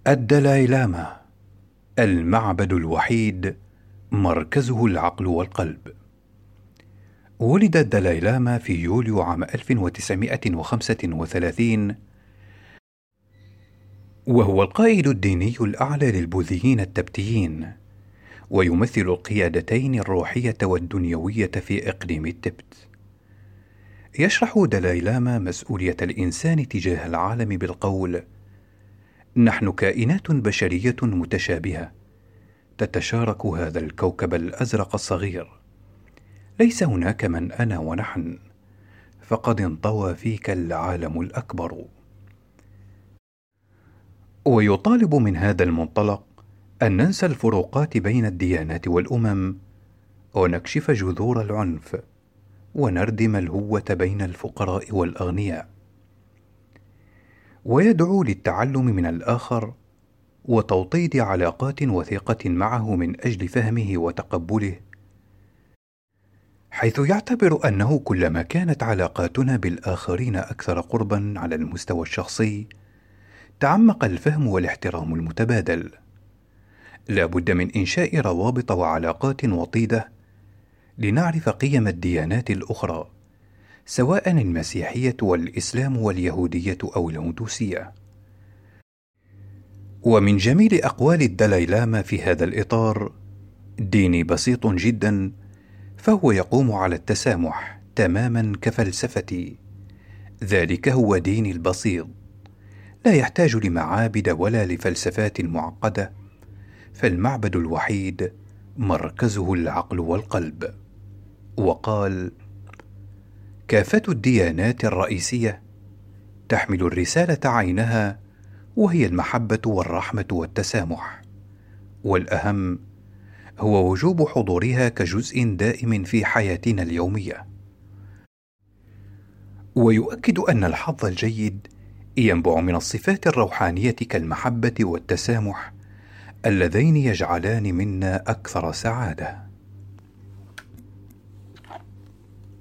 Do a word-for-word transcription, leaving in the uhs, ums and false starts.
الدلاي لاما، المعبد الوحيد، مركزه العقل والقلب. ولد الدلاي لاما في يوليو عام ألف وتسعمائة وخمسة وثلاثين، وهو القائد الديني الأعلى للبوذيين التبتيين، ويمثل القيادتين الروحية والدنيوية في إقليم التبت. يشرح دلاي لاما مسؤولية الإنسان تجاه العالم بالقول: نحن كائنات بشرية متشابهة تتشارك هذا الكوكب الأزرق الصغير. ليس هناك من أنا ونحن، فقد انطوى فيك العالم الأكبر. ويطالب من هذا المنطلق أن ننسى الفروقات بين الديانات والأمم، ونكشف جذور العنف، ونردم الهوة بين الفقراء والأغنياء. ويدعو للتعلم من الآخر وتوطيد علاقات وثيقة معه من أجل فهمه وتقبله، حيث يعتبر أنه كلما كانت علاقاتنا بالآخرين أكثر قربا على المستوى الشخصي، تعمق الفهم والاحترام المتبادل. لا بد من إنشاء روابط وعلاقات وطيدة لنعرف قيم الديانات الأخرى، سواء المسيحية والإسلام واليهودية أو الهندوسية. ومن جميل أقوال الدلاي لاما في هذا الإطار: ديني بسيط جدا، فهو يقوم على التسامح تماما كفلسفتي. ذلك هو ديني البسيط، لا يحتاج لمعابد ولا لفلسفات معقدة، فالمعبد الوحيد مركزه العقل والقلب. وقال: كافة الديانات الرئيسية تحمل الرسالة عينها، وهي المحبة والرحمة والتسامح، والأهم هو وجوب حضورها كجزء دائم في حياتنا اليومية. ويؤكد أن الحظ الجيد ينبع من الصفات الروحانية كالمحبة والتسامح، اللذين يجعلان منا أكثر سعادة.